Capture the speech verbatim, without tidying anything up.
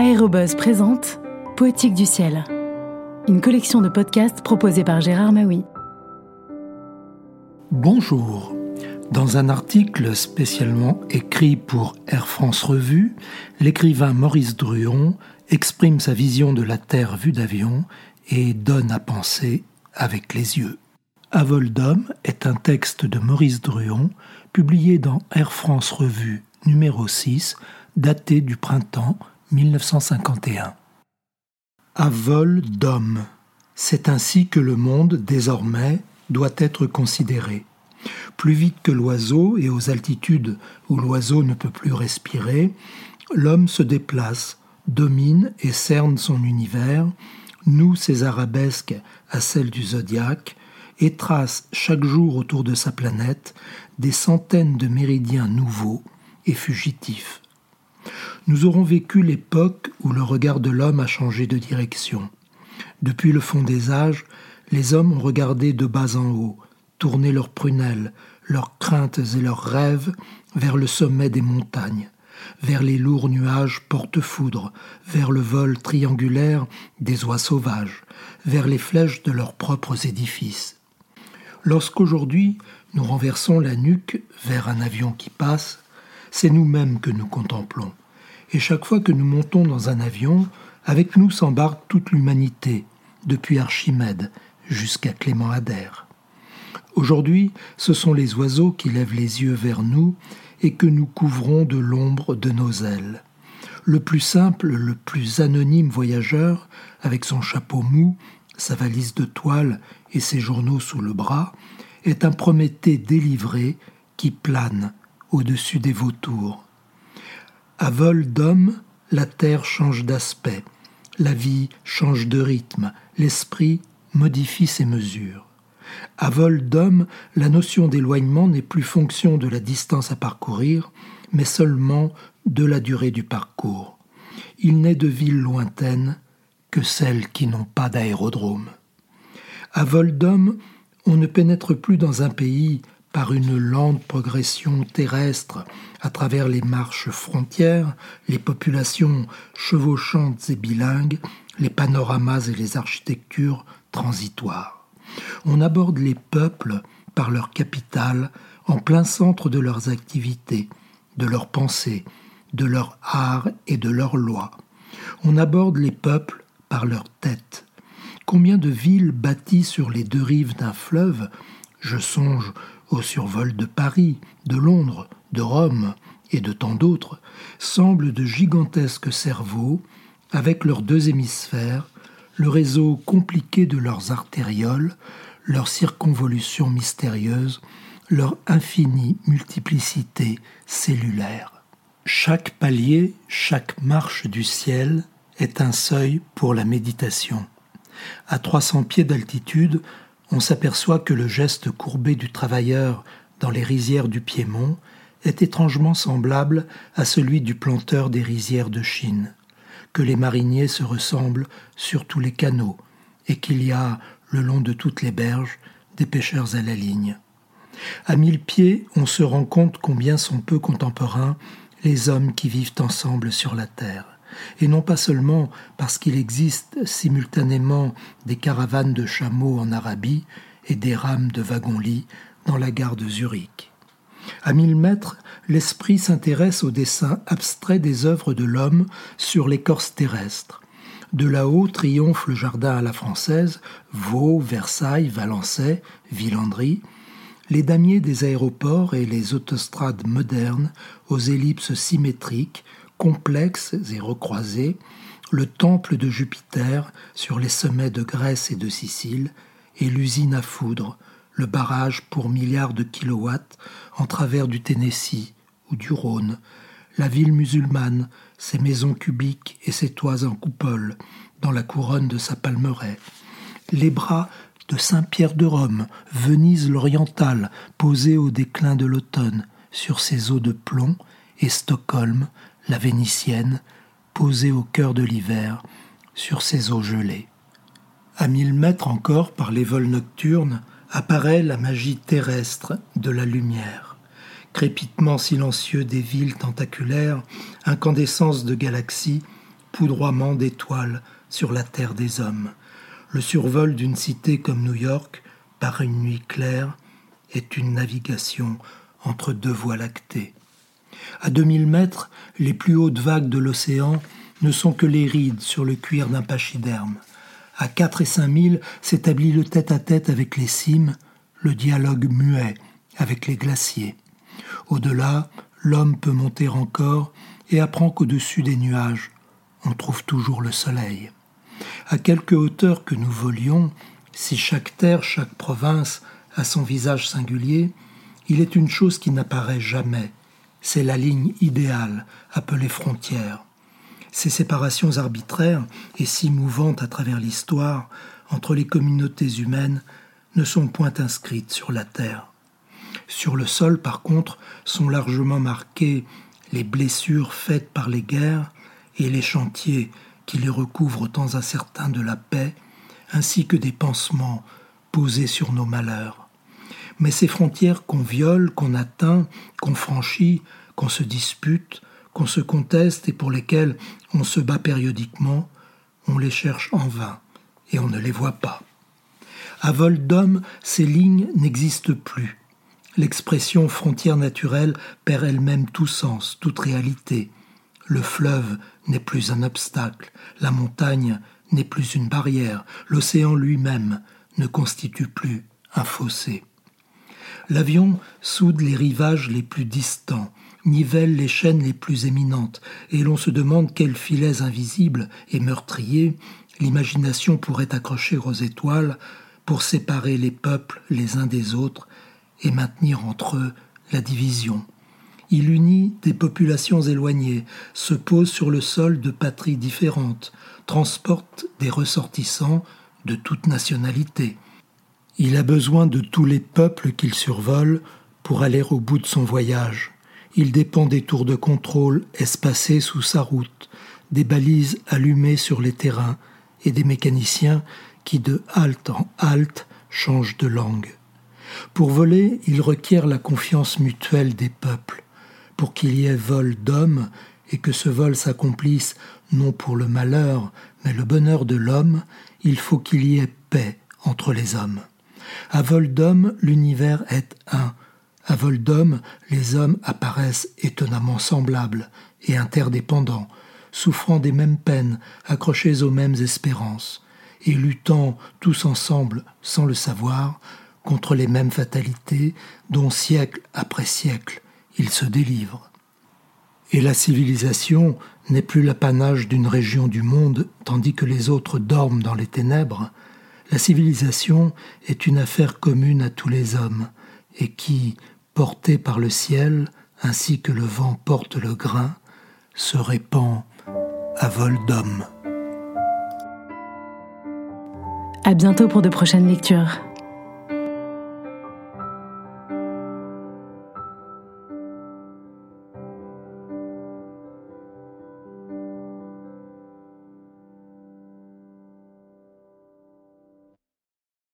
Aérobuzz présente Poétique du ciel, une collection de podcasts proposée par Gérard Maui. Bonjour. Dans un article spécialement écrit pour Air France Revue, l'écrivain Maurice Druon exprime sa vision de la Terre vue d'avion et donne à penser avec les yeux. À vol d'homme est un texte de Maurice Druon publié dans Air France Revue numéro six, daté du printemps mille neuf cent cinquante et un. À vol d'homme, c'est ainsi que le monde, désormais, doit être considéré. Plus vite que l'oiseau et aux altitudes où l'oiseau ne peut plus respirer, l'homme se déplace, domine et cerne son univers, noue ses arabesques à celles du zodiaque et trace chaque jour autour de sa planète des centaines de méridiens nouveaux et fugitifs. Nous aurons vécu l'époque où le regard de l'homme a changé de direction. Depuis le fond des âges, les hommes ont regardé de bas en haut, tourné leurs prunelles, leurs craintes et leurs rêves vers le sommet des montagnes, vers les lourds nuages porte-foudre, vers le vol triangulaire des oies sauvages, vers les flèches de leurs propres édifices. Lorsqu'aujourd'hui nous renversons la nuque vers un avion qui passe, c'est nous-mêmes que nous contemplons. Et chaque fois que nous montons dans un avion, avec nous s'embarque toute l'humanité, depuis Archimède jusqu'à Clément Ader. Aujourd'hui, ce sont les oiseaux qui lèvent les yeux vers nous et que nous couvrons de l'ombre de nos ailes. Le plus simple, le plus anonyme voyageur, avec son chapeau mou, sa valise de toile et ses journaux sous le bras, est un Prométhée délivré qui plane au-dessus des vautours. À vol d'homme, la terre change d'aspect, la vie change de rythme, l'esprit modifie ses mesures. À vol d'homme, la notion d'éloignement n'est plus fonction de la distance à parcourir, mais seulement de la durée du parcours. Il n'est de villes lointaines que celles qui n'ont pas d'aérodrome. À vol d'homme, on ne pénètre plus dans un pays par une lente progression terrestre à travers les marches frontières, les populations chevauchantes et bilingues, les panoramas et les architectures transitoires. On aborde les peuples par leur capitale, en plein centre de leurs activités, de leurs pensées, de leur art et de leurs lois. On aborde les peuples par leur tête. Combien de villes bâties sur les deux rives d'un fleuve, je songe au survol de Paris, de Londres, de Rome et de tant d'autres, semblent de gigantesques cerveaux, avec leurs deux hémisphères, le réseau compliqué de leurs artérioles, leur circonvolution mystérieuse, leur infinie multiplicité cellulaire. Chaque palier, chaque marche du ciel est un seuil pour la méditation. À trois cents pieds d'altitude, on s'aperçoit que le geste courbé du travailleur dans les rizières du Piémont est étrangement semblable à celui du planteur des rizières de Chine, que les mariniers se ressemblent sur tous les canaux et qu'il y a, le long de toutes les berges, des pêcheurs à la ligne. À mille pieds, on se rend compte combien sont peu contemporains les hommes qui vivent ensemble sur la terre. Et non pas seulement parce qu'il existe simultanément des caravanes de chameaux en Arabie et des rames de wagons-lits dans la gare de Zurich. À mille mètres, l'esprit s'intéresse au dessin abstrait des œuvres de l'homme sur l'écorce terrestre. De là-haut triomphe le jardin à la française, Vaux, Versailles, Valençay, Villandry, les damiers des aéroports et les autostrades modernes aux ellipses symétriques, complexes et recroisés, le temple de Jupiter sur les sommets de Grèce et de Sicile, et l'usine à foudre, le barrage pour milliards de kilowatts en travers du Tennessee ou du Rhône, la ville musulmane, ses maisons cubiques et ses toits en coupole, dans la couronne de sa palmeraie, les bras de Saint-Pierre de Rome, Venise l'orientale, posée au déclin de l'automne, sur ses eaux de plomb, et Stockholm, la vénitienne, posée au cœur de l'hiver, sur ses eaux gelées. À mille mètres encore, par les vols nocturnes, apparaît la magie terrestre de la lumière. Crépitement silencieux des villes tentaculaires, incandescence de galaxies, poudroiement d'étoiles sur la terre des hommes. Le survol d'une cité comme New York, par une nuit claire, est une navigation entre deux voies lactées. À deux mille mètres, les plus hautes vagues de l'océan ne sont que les rides sur le cuir d'un pachyderme. À quatre et cinq mille s'établit le tête-à-tête avec les cimes, le dialogue muet avec les glaciers. Au-delà, l'homme peut monter encore et apprend qu'au-dessus des nuages, on trouve toujours le soleil. À quelque hauteur que nous volions, si chaque terre, chaque province a son visage singulier, il est une chose qui n'apparaît jamais. C'est la ligne idéale, appelée frontière. Ces séparations arbitraires et si mouvantes à travers l'histoire entre les communautés humaines ne sont point inscrites sur la terre. Sur le sol, par contre, sont largement marquées les blessures faites par les guerres et les chantiers qui les recouvrent au temps incertain de la paix, ainsi que des pansements posés sur nos malheurs. Mais ces frontières qu'on viole, qu'on atteint, qu'on franchit, qu'on se dispute, qu'on se conteste et pour lesquelles on se bat périodiquement, on les cherche en vain et on ne les voit pas. À vol d'homme, ces lignes n'existent plus. L'expression frontière naturelle perd elle-même tout sens, toute réalité. Le fleuve n'est plus un obstacle, la montagne n'est plus une barrière, l'océan lui-même ne constitue plus un fossé. L'avion soude les rivages les plus distants, nivelle les chaînes les plus éminentes, et l'on se demande quels filets invisibles et meurtriers l'imagination pourrait accrocher aux étoiles pour séparer les peuples les uns des autres et maintenir entre eux la division. Il unit des populations éloignées, se pose sur le sol de patries différentes, transporte des ressortissants de toute nationalité. Il a besoin de tous les peuples qu'il survole pour aller au bout de son voyage. Il dépend des tours de contrôle espacés sous sa route, des balises allumées sur les terrains et des mécaniciens qui de halte en halte changent de langue. Pour voler, il requiert la confiance mutuelle des peuples. Pour qu'il y ait vol d'hommes et que ce vol s'accomplisse non pour le malheur, mais le bonheur de l'homme, il faut qu'il y ait paix entre les hommes. À vol d'homme, l'univers est un. À vol d'homme, les hommes apparaissent étonnamment semblables et interdépendants, souffrant des mêmes peines, accrochés aux mêmes espérances, et luttant tous ensemble, sans le savoir, contre les mêmes fatalités dont siècle après siècle ils se délivrent. Et la civilisation n'est plus l'apanage d'une région du monde, tandis que les autres dorment dans les ténèbres. La civilisation est une affaire commune à tous les hommes, et qui, portée par le ciel, ainsi que le vent porte le grain, se répand à vol d'homme. À bientôt pour de prochaines lectures.